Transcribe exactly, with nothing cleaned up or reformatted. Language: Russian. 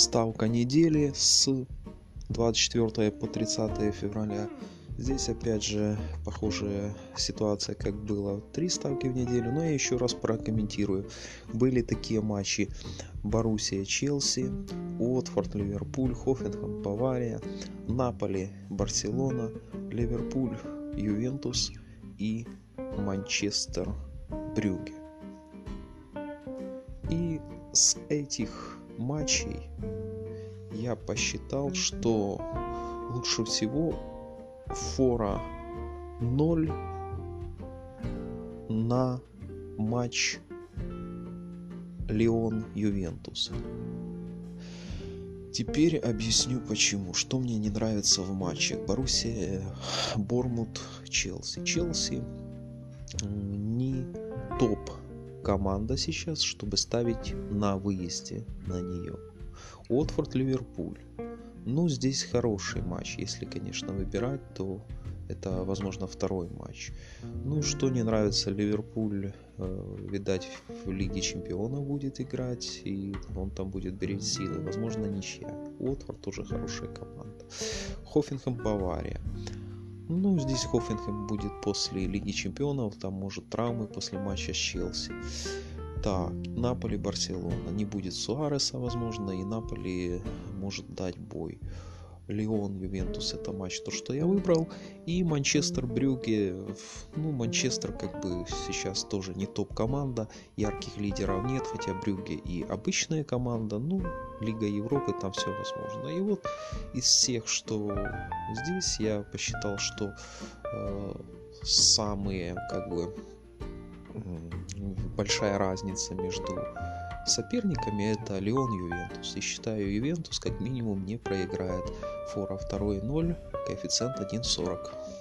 ставка недели с двадцать четвёртого по тридцатое февраля. Здесь опять же похожая ситуация, как было три ставки в неделю, но я еще раз прокомментирую. Были такие матчи: Боруссия Челси, Уотфорд Ливерпуль, Хоффенхэм Бавария, Наполи Барселона, Ливерпуль Ювентус и Манчестер Брюгге. И с этих матчей я посчитал, что лучше всего фора ноль на матч Лион-Ювентус. Теперь объясню почему. Что мне не нравится в матчах. Боруссия, Бормут, Челси. Челси не топ команда сейчас, чтобы ставить на выезде на нее. Уотфорд, Ливерпуль. Ну, здесь хороший матч. Если, конечно, выбирать, то это, возможно, второй матч. Ну, что не нравится, Ливерпуль, э, видать, в Лиге Чемпионов будет играть, и он там будет беречь силы. Возможно, ничья. Уотфорд тоже хорошая команда. Хоффенхэм, Бавария. Ну, здесь Хоффенхэм будет после Лиги Чемпионов, там, может, травмы после матча с Челси. Так, Наполи, Барселона. Не будет Суареса, возможно, и Наполи может дать бой. Лион, Ювентус — это матч, то, что я выбрал. И Манчестер, Брюгге. Ну, Манчестер как бы сейчас тоже не топ-команда. Ярких лидеров нет, хотя Брюгге и обычная команда. Ну, Лига Европы, там все возможно. И вот из всех, что здесь, я посчитал, что э, самые, как бы, большая разница между соперниками — это Лион, Ювентус. И считаю, Ювентус как минимум не проиграет. Фора второй ноль, коэффициент один сорок.